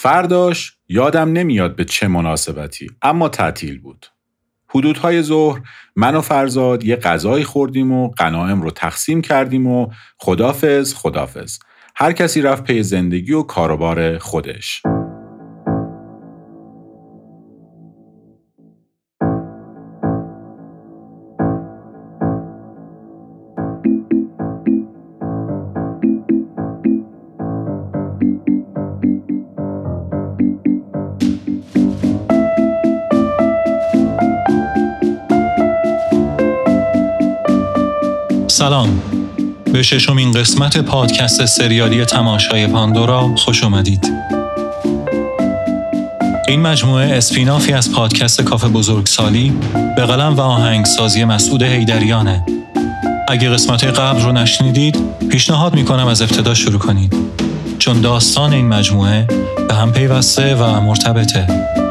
فرداش یادم نمیاد به چه مناسبتی، اما تعطیل بود. حدودهای ظهر من و فرزاد یه غذایی خوردیم و غنایم رو تقسیم کردیم و خدافظ. هر کسی رفت پی زندگی و کاروبار خودش. سلام، به ششمین قسمت پادکست سریالی تماشای پاندورا خوش اومدید. این مجموعه اسپینافی از پادکست کافه بزرگسالی به قلم و آهنگسازی مسعود حیدریانه. اگه قسمت قبل رو نشنیدید، پیشنهاد میکنم از ابتدا شروع کنید، چون داستان این مجموعه به هم پیوسته و مرتبطه.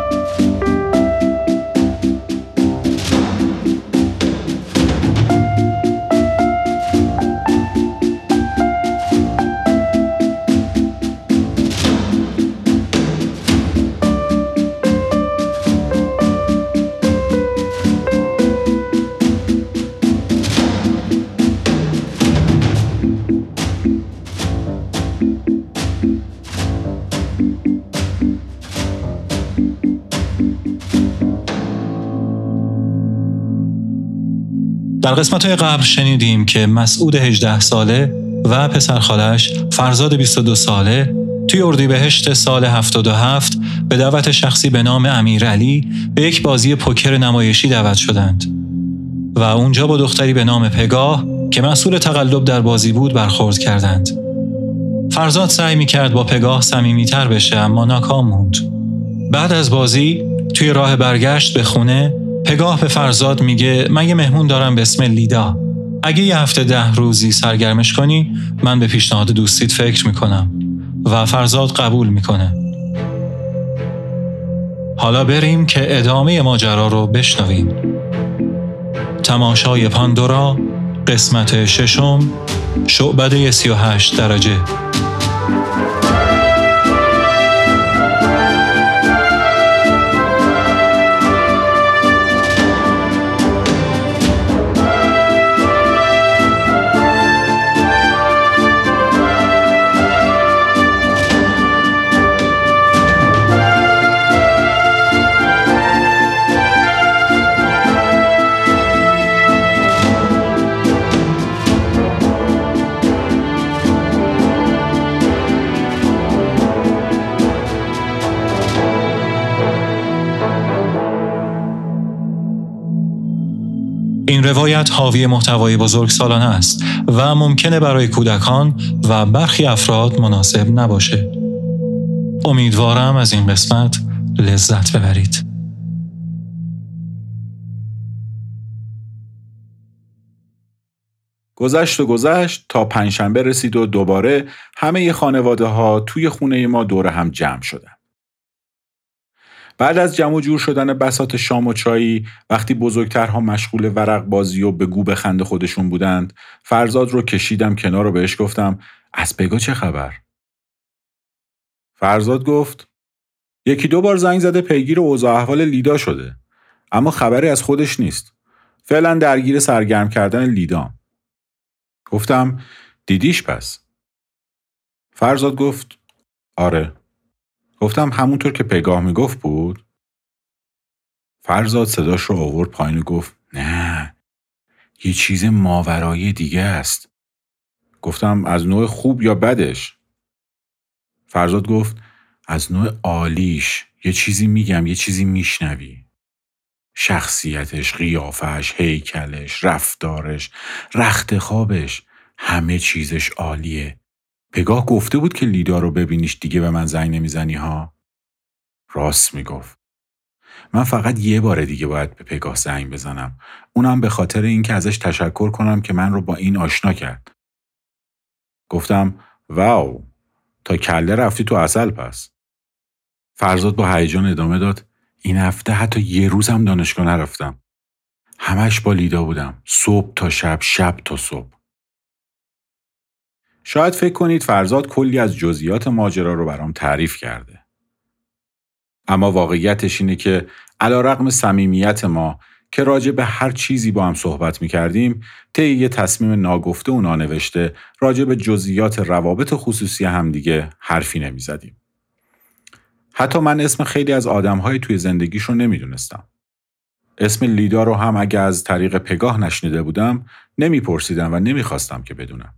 در قسمت‌های قبل شنیدیم که مسعود 18 ساله و پسرخالش فرزاد 22 ساله توی اردیبهشت سال 77 به دعوت شخصی به نام امیرعلی به یک بازی پوکر نمایشی دعوت شدند و اونجا با دختری به نام پگاه که مسئول تقلب در بازی بود برخورد کردند. فرزاد سعی می‌کرد با پگاه صمیمیتر بشه اما ناکام موند. بعد از بازی توی راه برگشت به خونه پگاه به فرزاد میگه من یه مهمون دارم به اسم لیدا. اگه یه هفته 10 روزی سرگرمش کنی من به پیشنهاد دوستیت فکر میکنم و فرزاد قبول میکنه. حالا بریم که ادامه ماجرا رو بشنویم. تماشای پاندورا قسمت 6 شعبده 38 درجه. این روایت حاوی محتوای بزرگسالانه است و ممکنه برای کودکان و برخی افراد مناسب نباشه. امیدوارم از این قسمت لذت ببرید. گذشت تا پنجشنبه رسید و دوباره همه خانواده ها توی خونه ما دور هم جمع شدن. بعد از جمع جور شدن بساط شام و چایی، وقتی بزرگترها مشغول ورق بازی و به گو بخند خودشون بودند، فرزاد رو کشیدم کنار و بهش گفتم از پگاه چه خبر؟ فرزاد گفت 1-2 بار زنگ زده پیگیر اوضاع احوال لیدا شده، اما خبری از خودش نیست. فعلا درگیر سرگرم کردن لیدا. گفتم دیدیش پس؟ فرزاد گفت آره. گفتم همونطور که پگاه میگفت بود؟ فرزاد صداش رو آورد پایین و گفت نه، یه چیز ماورایی دیگه است. گفتم از نوع خوب یا بدش؟ فرزاد گفت از نوع عالیش. یه چیزی میگم، یه چیزی میشنوی. شخصیتش، قیافش، هیکلش، رفتارش، رخت خوابش، همه چیزش عالیه. پگاه گفته بود که لیدا رو ببینیش دیگه به من زنگ نمیزنی ها؟ راست میگفت. من فقط یه بار دیگه باید به پگاه زنگ بزنم. اونم به خاطر اینکه ازش تشکر کنم که من رو با این آشنا کرد. گفتم واو، تا کله رفتی تو عسل پس. فرزاد با هیجان ادامه داد این هفته حتی یه روزم دانشگاه نرفتم. همش با لیدا بودم. صبح تا شب، شب تا صبح. شاید فکر کنید فرزاد کلی از جزئیات ماجرا رو برام تعریف کرده. اما واقعیتش اینه که علیرغم صمیمیت ما که راجع به هر چیزی با هم صحبت می‌کردیم، طی یه تصمیم ناگفته و نانوشته راجع به جزئیات روابط خصوصی همدیگه حرفی نمی‌زدیم. حتی من اسم خیلی از آدم‌های توی زندگیشو نمی‌دونستم. اسم لیدا رو هم اگه از طریق پگاه نشنیده بودم، نمی‌پرسیدم و نمی‌خواستم که بدونم.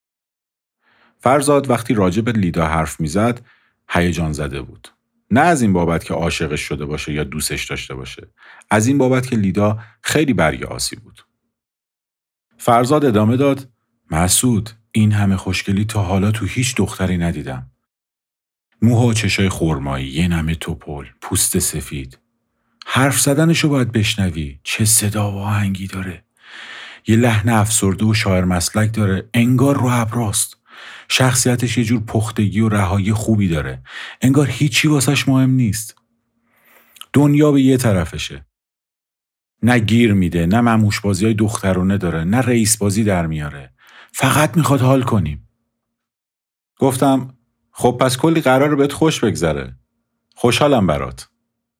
فرزاد وقتی راجع به لیدا حرف می‌زد، هیجان زده بود. نه از این بابت که عاشقش شده باشه یا دوستش داشته باشه. از این بابت که لیدا خیلی برگ آسی بود. فرزاد ادامه داد: مسعود، این همه خوشگلی تا حالا تو هیچ دختری ندیدم. موها و چشای خرمایی، یه نمه توپل، پوست سفید. حرف زدنشو باید بشنوی. چه صدا و آهنگی داره. یه لحن افسرده و شاعر مسلک داره. انگار رو ابراست. شخصیتش یه جور پختگی و رهایی خوبی داره. انگار هیچی واسش مهم نیست. دنیا به یه طرفشه. نه گیر میده، نه مموش بازی های دخترونه داره، نه رئیس بازی در میاره. فقط میخواد حال کنیم. گفتم خب پس کلی قراره بهت خوش بگذره. خوشحالم برات.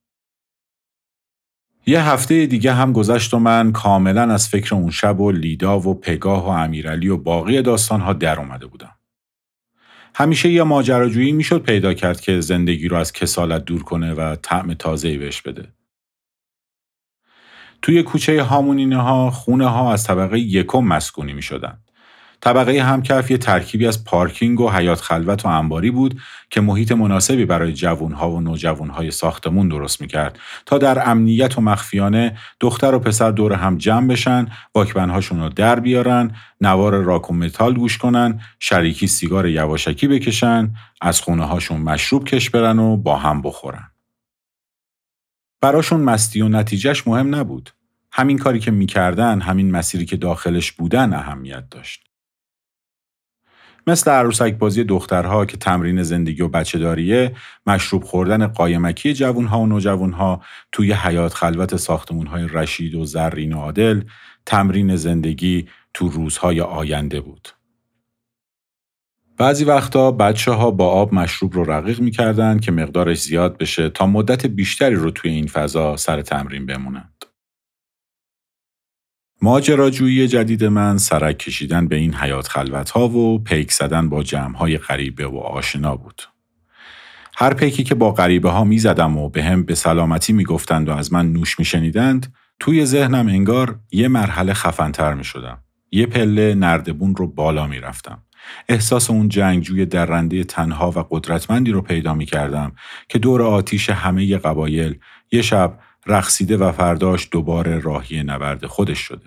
یه هفته دیگه هم گذشت و من کاملا از فکر اون شب و لیدا و پگاه و امیرعلی و باقی داستانها در اومده بودم. همیشه یه ماجراجویی میشد پیدا کرد که زندگی رو از کسالت دور کنه و طعم تازه‌ای بهش بده. توی کوچه هامونینه ها خونه ها از طبقه یکم مسکونی می شدن. طبقه همکف یه ترکیبی از پارکینگ و حیاط خلوت و انباری بود که محیط مناسبی برای جوانها و نوجوانهای ساختمون درست می کرد تا در امنیت و مخفیانه دختر و پسر دور هم جمع بشن، واکمنهاشون رو در بیارن، نوار راک و متال گوش کنن، شریکی سیگار یواشکی بکشن، از خونه هاشون مشروب کش برن و با هم بخورن. براشون مستی و نتیجهش مهم نبود. همین کاری که میکردن، همین مسیری که داخلش بودن اهمیت داشت. مثل عروسک بازی دخترها که تمرین زندگی و بچه داریه، مشروب خوردن قایمکی جوانها و نوجوانها توی حیاط خلوت ساختمونهای رشید و زرین و عادل، تمرین زندگی تو روزهای آینده بود. بعضی وقتا بچه‌ها با آب مشروب رو رقیق می‌کردن که مقدارش زیاد بشه تا مدت بیشتری رو توی این فضا سر تمرین بمونند. ماجراجویی جدید من سرک کشیدن به این حیاط خلوت‌ها و پیک زدن با جمع‌های غریبه و آشنا بود. هر پیکی که با غریبه‌ها می‌زدم و بهم به سلامتی می‌گفتند و از من نوش می‌شنیدند، توی ذهنم انگار یه مرحله خفن‌تر می‌شدم. یه پله نردبون رو بالا می‌رفتم. احساس اون جنگجوی درنده تنها و قدرتمندی رو پیدا می‌کردم که دور آتیش همه قبایل یه شب رقصیده و فرداش دوباره راهی نبرد خودش شده.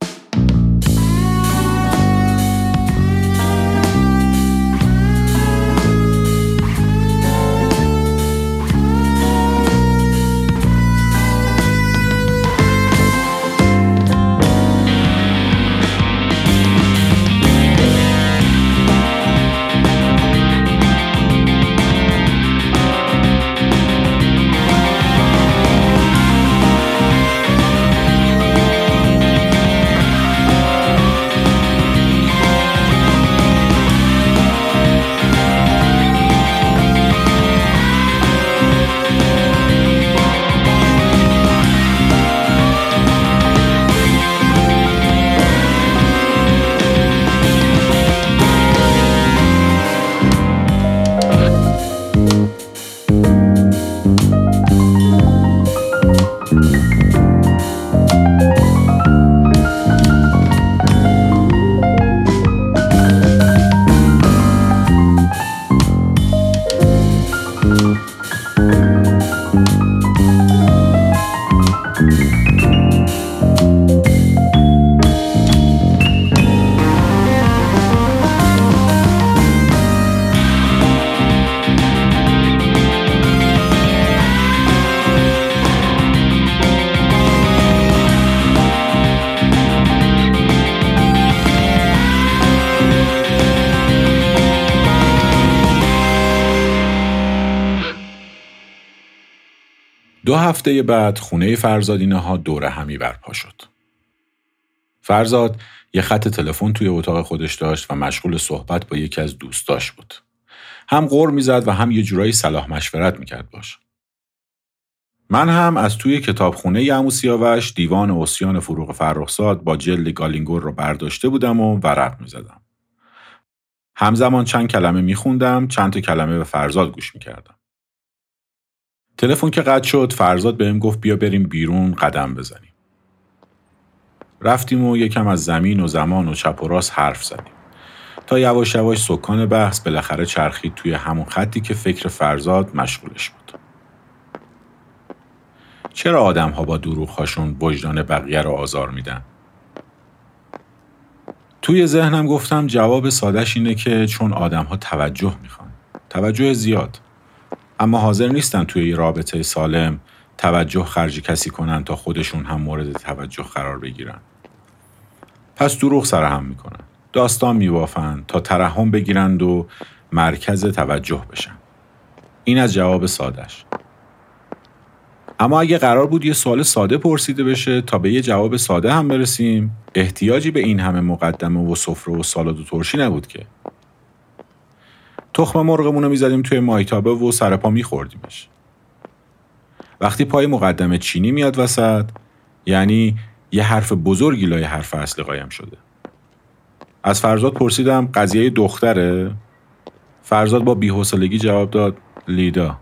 دو هفته بعد خونه فرزادینه ها دوره همی برپا شد. فرزاد یه خط تلفن توی اتاق خودش داشت و مشغول صحبت با یکی از دوستاش بود. هم غر میزد و هم یه جورایی صلاح مشورت میکرد باش. من هم از توی کتابخونه عمو سیاوش دیوان عصیان فروغ فرخزاد با جلد گالینگور رو برداشته بودم و ورق می‌زدم. همزمان چند کلمه می‌خوندم، چند تا کلمه به فرزاد گوش می‌کردم. تلفن که قطع شد، فرزاد بهم گفت بیا بریم بیرون قدم بزنیم. رفتیم و یکم از زمین و زمان و چپ و راست حرف زدیم. تا یواش یواش سکان بحث بالاخره چرخید توی همون خطی که فکر فرزاد مشغولش بود. چرا آدم‌ها با دروغ‌هاشون وجدان بقیه رو آزار میدن؟ توی ذهنم گفتم جواب ساده‌ش اینه که چون آدم‌ها توجه میخوان. توجه زیاد. اما حاضر نیستن توی یه رابطه سالم توجه خرج کسی کنن تا خودشون هم مورد توجه قرار بگیرن. پس دروغ سرهم میکنن. داستان میبافن تا ترحم بگیرند و مرکز توجه بشن. این از جواب ساده‌اش. اما اگه قرار بود یه سوال ساده پرسیده بشه تا به یه جواب ساده هم برسیم، احتیاجی به این همه مقدمه و سفره و سالاد و ترشی نبود که. تخم مرغمون رو میزدیم توی مایتابه و سرپا میخوردیمش. وقتی پای مقدمه چینی میاد وسط، یعنی یه حرف بزرگی لای حرف اصلی قایم شده. از فرزاد پرسیدم قضیه دختره؟ فرزاد با بی‌حوصلگی جواب داد لیدا.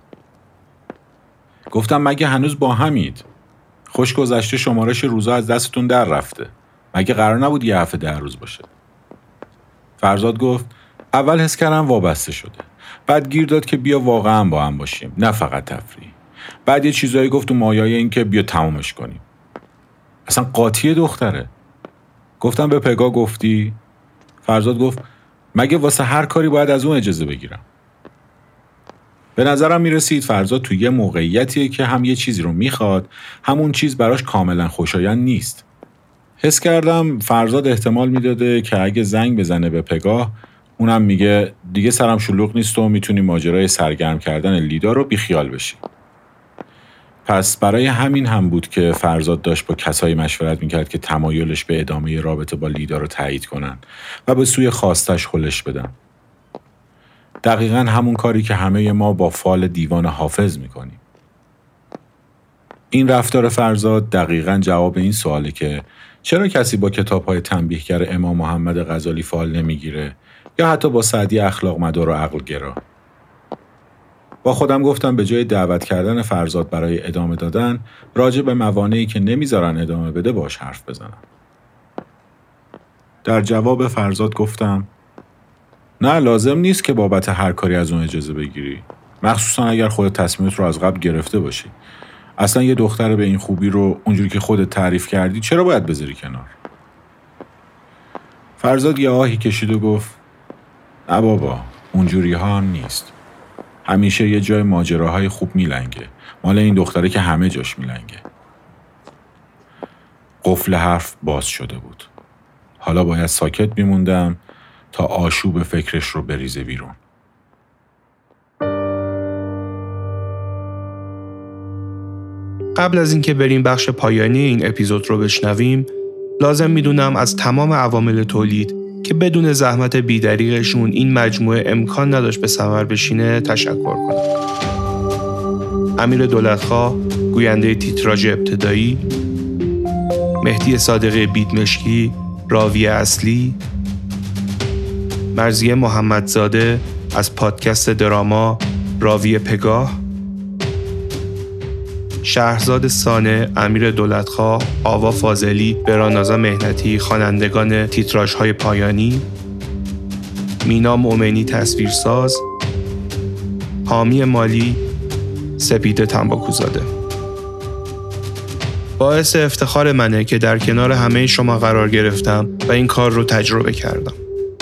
گفتم مگه هنوز با همید؟ خوش گذشته شمارش روزا از دستتون در رفته. مگه قرار نبود یه هفته 10 روز باشه؟ فرزاد گفت اول حس کردم وابسته شده. بعد گیر داد که بیا واقعا با هم باشیم، نه فقط تفریح. بعد یه چیزایی گفت و مایای این که بیا تمومش کنیم. اصلا قاطی دختره. گفتم به پگاه گفتی؟ فرزاد گفت مگه واسه هر کاری باید از اون اجازه بگیرم؟ به نظرم میرسید فرزاد توی یه موقعیتیه که هم یه چیزی رو میخواد، همون چیز براش کاملا خوشایند نیست. حس کردم فرزاد احتمال میداده که اگه زنگ بزنه به پگاه، اونم میگه دیگه سرم شلوغ نیست و میتونی ماجرای سرگرم کردن لیدا رو بیخیال بشی. پس برای همین هم بود که فرزاد داشت با کسایی مشورت میکرد که تمایلش به ادامه رابطه با لیدا رو تایید کنن و به سوی خواستش هلش بدن. دقیقاً همون کاری که همه ما با فال دیوان حافظ میکنیم. این رفتار فرزاد دقیقاً جواب این سواله که چرا کسی با کتاب‌های تنبیهگر امام محمد غزالی فال نمیگیره یا حتی با سعدی اخلاق مدار و عقل گرا. با خودم گفتم به جای دعوت کردن فرزاد برای ادامه دادن، راجع به موانعی که نمیذارن ادامه بده باش حرف بزنم. در جواب فرزاد گفتم نه لازم نیست که بابت هر کاری از اون اجازه بگیری، مخصوصا اگر خودت تصمیمت رو از قبل گرفته باشی. اصلا یه دختر به این خوبی رو اونجوری که خودت تعریف کردی چرا باید بذاری کنار؟ فرزاد یه آهی کشید و گفت نه بابا، اونجوری ها هم نیست. همیشه یه جای ماجراهای خوب میلنگه. مال این دختره که همه جاش میلنگه. قفل حرف باز شده بود. حالا باید ساکت میموندم تا آشوب فکرش رو بریزه بیرون. قبل از اینکه بریم بخش پایانی این اپیزود رو بشنویم، لازم میدونم از تمام عوامل تولید که بدون زحمت بی‌دریغشون این مجموعه امکان نداشت به ثمر بشینه تشکر کنم. امیر دولتخواه، گوینده تیتراژ ابتدایی، مهدی صادقی بیدمشکی، راوی اصلی، مرضیه محمدزاده از پادکست دراما راوی پگاه، شهرزاد صانع، امیر دولتخواه، آوا فاضلی، برانازا مهنتی، خوانندگان تیتراژهای پایانی، مینا مومنی تصویرساز، حامی مالی، سپیده تنباکوزاده. باعث افتخار منه که در کنار همه شما قرار گرفتم و این کار رو تجربه کردم.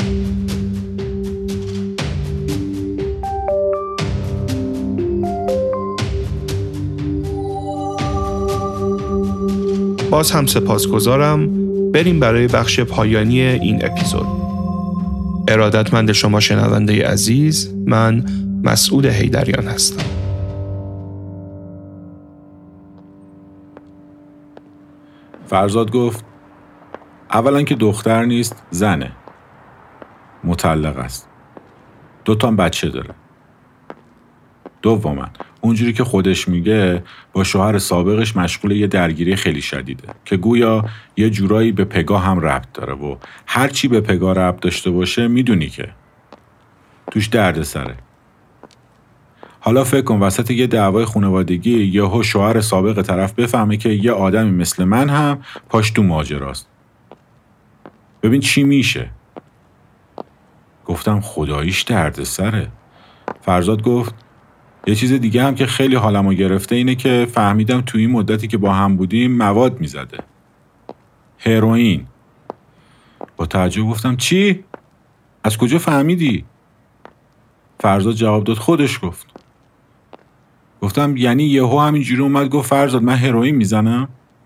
باز هم سپاسگزارم. بریم برای بخش پایانی این اپیزود. ارادتمند شما شنونده عزیز، من مسعود حیدریان هستم. فرزاد گفت اولا که دختر نیست، زنه. مطلق است. 2 تا بچه داره. دوما اونجوری که خودش میگه با شوهر سابقش مشغول یه درگیری خیلی شدیده که گویا یه جورایی به پگاه هم ربط داره و هر چی به پگاه ربط داشته باشه میدونی که توش درد سره. حالا فکر کن وسط یه دعوای خانوادگی یهو شوهر سابق طرف بفهمه که یه آدمی مثل من هم پاش تو ماجراست. ببین چی میشه. گفتم خداییش درد سره. فرزاد گفت یه چیز دیگه هم که خیلی حالمو گرفته اینه که فهمیدم توی این مدتی که با هم بودیم مواد میزده. هروئین. با تعجب گفتم چی؟ از کجا فهمیدی؟ فرزاد جواب داد خودش گفت. گفتم یعنی یهو همینجوری اومد گفت فرزاد من هروئین میزنم؟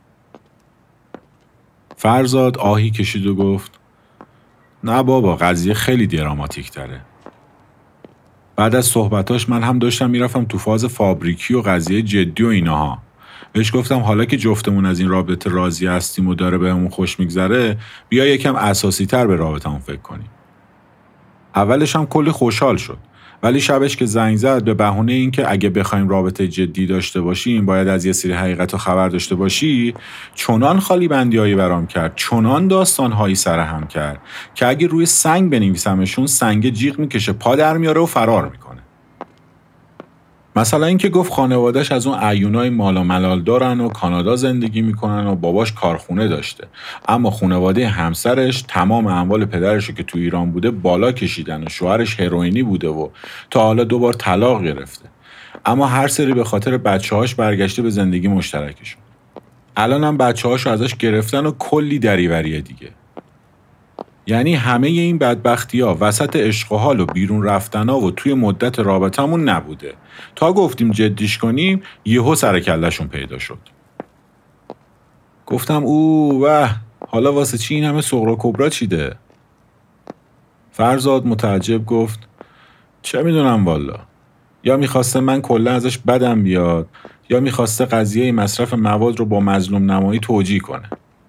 فرزاد آهی کشید و گفت نه بابا قضیه خیلی دراماتیک تره. بعد از صحبتاش من هم داشتم میرفتم تو فاز فابریکی و قضیه جدی و ایناها. بهش گفتم حالا که جفتمون از این رابطه راضی هستیم و داره بهمون خوش میگذره بیا یکم اساسی تر به رابطمون فکر کنیم. اولش هم کلی خوشحال شد ولی شبش که زنگ زد به بهونه این که اگه بخوایم رابطه جدی داشته باشیم باید از یه سری حقیقت و خبر داشته باشی چنان خالی بندیایی برام کرد چنان داستانهایی سرهم کرد که اگه روی سنگ بنویسمشون سنگ جیغ میکشه پا در میاره و فرار میکنه. مثلا اینکه گفت خانواده‌اش از اون عیونای مال و ملال دارن و کانادا زندگی میکنن و باباش کارخونه داشته اما خانواده همسرش تمام اموال پدرشو که تو ایران بوده بالا کشیدن و شوهرش هروئینی بوده و تا حالا 2 بار طلاق گرفته اما هر سری به خاطر بچه‌هاش برگشته به زندگی مشترکشون. الان هم بچه‌هاشو ازش گرفتن و کلی دریوریه دیگه. یعنی همه این بدبختی‌ها وسط عشق و حال و بیرون رفتن‌ها و توی مدت رابطمون نبوده. تا گفتیم جدیش کنیم یهو سر کله‌شون پیدا شد. گفتم حالا واسه چی این همه صغرا کبرا چیده؟ فرزاد متعجب گفت چه میدونم والا. یا میخواسته من کلا ازش بدم بیاد یا میخواسته قضیه مصرف مواد رو با مظلوم نمایی توجیه کنه.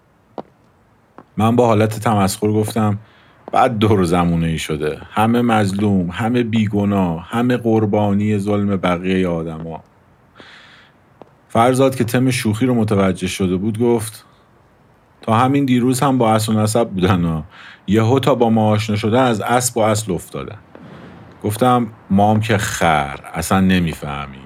من با حالت تمسخر گفتم بعد دور زمونه شده همه مظلوم همه بیگناه همه قربانی ظلم بقیه آدما. فرزاد که تم شوخی رو متوجه شده بود گفت تا همین دیروز هم با اصل و نسب بودن و یهو تا با ما آشنا شده از اسب و اصل افتادن. گفتم مام که خر اصلا نمیفهمی.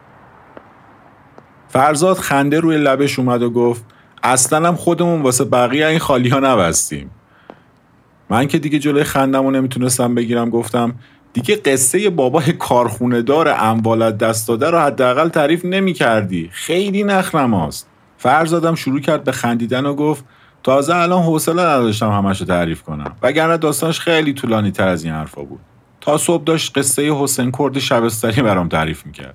فرزاد خنده روی لبش اومد و گفت اصلا هم خودمون واسه بقیه این خالی ها نبستیم. من که دیگه جلوی خندمو نمیتونستم بگیرم گفتم دیگه قصه بابای کارخونه دار اموالت دست داده رو حداقل تعریف نمی کردی. خیلی نخنماست. فرزادم شروع کرد به خندیدن و گفت تازه الان حوصله نداشتم همشو تعریف کنم وگرنه داستانش خیلی طولانی تر از این حرفا بود. تا صبح داشت قصه حسین کرد شبستری برام تعریف میکرد.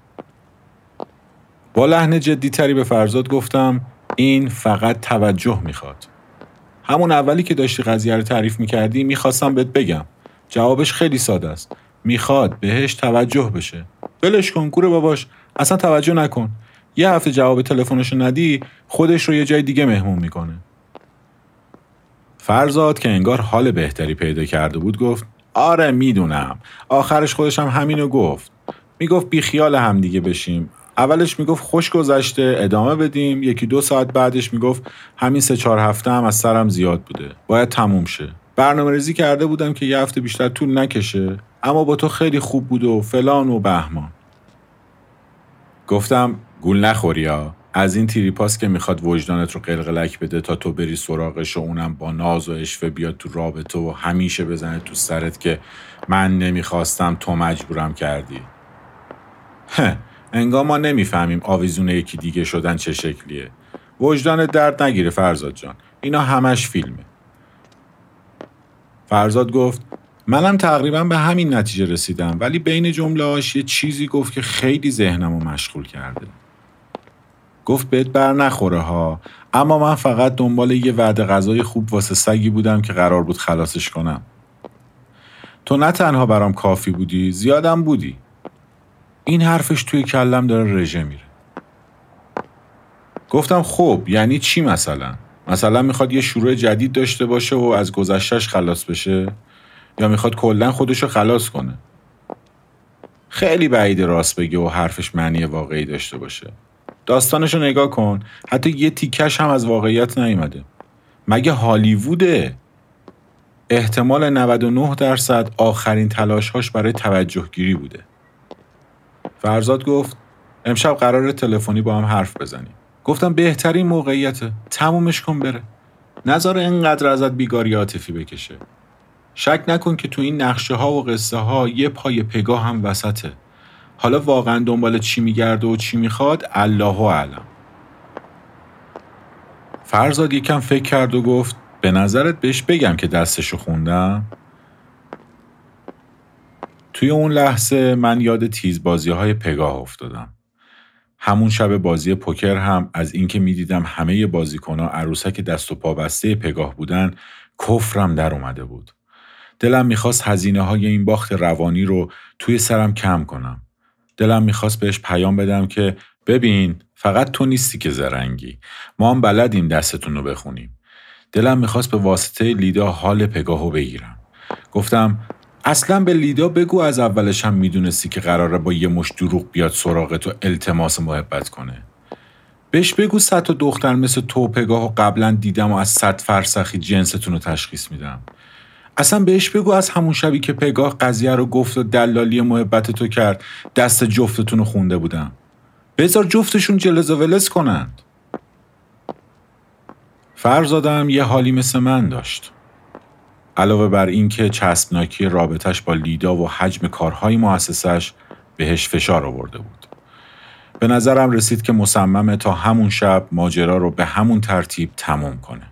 با لحن جدی تری به فرزاد گفتم این فقط توجه میخواد. همون اولی که داشتی قضیه رو تعریف میکردی میخواستم بهت بگم. جوابش خیلی ساده است. میخواد بهش توجه بشه. ولش کن کوره باباش. اصلا توجه نکن. یه هفته جواب تلفنشو ندی خودش رو یه جای دیگه مهمون میکنه. فرزاد که انگار حال بهتری پیدا کرده بود گفت آره میدونم. آخرش خودش هم همینو گفت. میگفت بی خیال هم دیگه بشیم. اولش میگفت خوش گذشته ادامه بدیم 1-2 ساعت بعدش میگفت همین 3-4 هفته هم از سرم زیاد بوده باید تموم شه. برنامه‌ریزی کرده بودم که یه هفته بیشتر طول نکشه اما با تو خیلی خوب بود و فلان و بهمان. گفتم گول نخوری ها. از این تریپاس که میخواد وجدانت رو قلقلک بده تا تو بری سراغش و اونم با ناز و اشوه بیاد تو رابطه و همیشه بزنه تو سرت که من نمیخواستم تو مجبورم کردی. انگار ما نمیفهمیم آویزون یکی دیگه شدن چه شکلیه. وجدان درد نگیره فرزاد جان. اینا همش فیلمه. فرزاد گفت منم تقریبا به همین نتیجه رسیدم ولی بین جمله‌هاش یه چیزی گفت که خیلی ذهنمو مشغول کرده. گفت بهت بر نخوره ها اما من فقط دنبال یه وعده غذای خوب واسه سگی بودم که قرار بود خلاصش کنم. تو نه تنها برام کافی بودی زیادم بودی. این حرفش توی کلم داره رژه میره. گفتم خب یعنی چی مثلا میخواد یه شروع جدید داشته باشه و از گذشتهش خلاص بشه یا میخواد کلا خودشو خلاص کنه؟ خیلی بعیده راست بگه و حرفش معنی واقعی داشته باشه. داستانشو نگاه کن، حتی یه تیکش هم از واقعیت نیومده. مگه هالیووده؟ احتمال 99% آخرین تلاش‌هاش برای توجه گیری بوده. فرزاد گفت امشب قراره تلفنی با هم حرف بزنیم. گفتم بهترین موقعیته، تمومش کن بره. نذار اینقدر ازت بیگاری عاطفی بکشه. شک نکن که تو این نقشه ها و قصه ها یه پای پگاه هم وسطه. حالا واقعا دنبال چی میگرده و چی میخواد الله اعلم. فرزاد یکم فکر کرد و گفت به نظرت بهش بگم که دستشو خوندم؟ توی اون لحظه من یاد تیزبازی های پگاه افتادم. همون شب بازی پوکر هم از اینکه میدیدم همه بازیکن‌ها عروسک دست و پا بسته پگاه بودن کفرم در اومده بود. دلم میخواست هزینه‌های این باخت روانی رو توی سرم کم کنم. دلم میخواست بهش پیام بدم که ببین فقط تو نیستی که زرنگی، ما هم بلدیم دستتون رو بخونیم. دلم میخواست به واسطه لیدا حال پگاهو بگیرم. گفتم اصلا به لیدا بگو از اولش هم میدونستی که قراره با یه مشت دروغ بیاد سراغت و التماس محبت کنه. بهش بگو 100 تا دختر مثل تو پگاهو قبلا دیدم و از 100 فرسخی جنستون رو تشخیص میدم. اصلا بهش بگو از همون شبی که پگاه قضیه رو گفت و دلالی محبت تو کرد دست جفتتون رو خونده بودم. بذار جفتشون جلز و ولز کنند. فرزادم یه حالی مثل من داشت. علاوه بر این که چسبناکی رابطش با لیدا و حجم کارهای مؤسسش بهش فشار آورده بود. به نظرم رسید که مصممه تا همون شب ماجرا رو به همون ترتیب تموم کنه.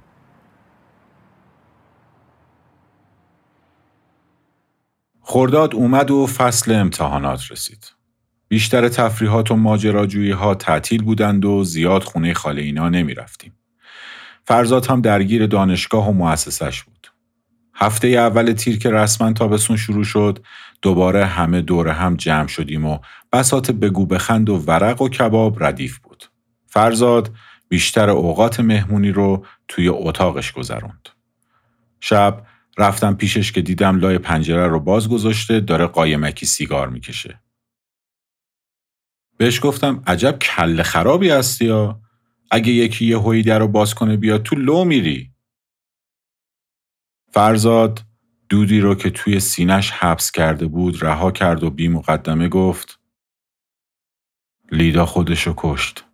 خرداد اومد و فصل امتحانات رسید. بیشتر تفریحات و ماجراجویی ها تعطیل بودند و زیاد خونه خاله اینا نمی رفتیم. فرزاد هم درگیر دانشگاه و مؤسسش بود. هفته اول تیر که رسما تابستون شروع شد، دوباره همه دور هم جمع شدیم و بساط بگو بخند و ورق و کباب ردیف بود. فرزاد بیشتر اوقات مهمونی رو توی اتاقش گذروند. شب رفتم پیشش که دیدم لای پنجره رو باز گذاشته داره قایمکی سیگار میکشه. بهش گفتم عجب کله خرابی هستی یا؟ اگه یکی یه هوی در رو باز کنه بیا تو لو میری. فرزاد دودی رو که توی سینش حبس کرده بود رها کرد و بی مقدمه گفت لیدا خودشو کشت.